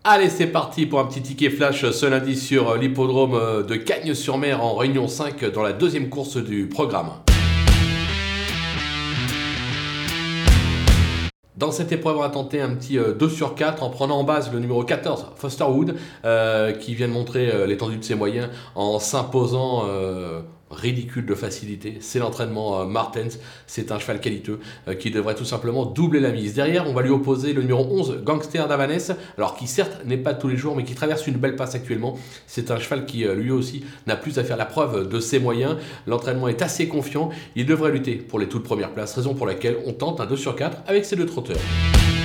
Allez, c'est parti pour un petit ticket flash ce lundi sur l'hippodrome de Cagnes-sur-Mer en Réunion 5 dans la deuxième course du programme. Dans cette épreuve, on va tenter un petit 2 sur 4 en prenant en base le numéro 14, Fosterwood, qui vient de montrer l'étendue de ses moyens en s'imposant ridicule de facilité. C'est l'entraînement Martens, c'est un cheval qualiteux qui devrait tout simplement doubler la mise. Derrière, on va lui opposer le numéro 11, Gangster d'Avanès, alors qui certes n'est pas de tous les jours, mais qui traverse une belle passe actuellement. C'est un cheval qui lui aussi n'a plus à faire la preuve de ses moyens. L'entraînement est assez confiant, il devrait lutter pour les toutes premières places, raison pour laquelle on tente un 2 sur 4 avec ces deux trotteurs.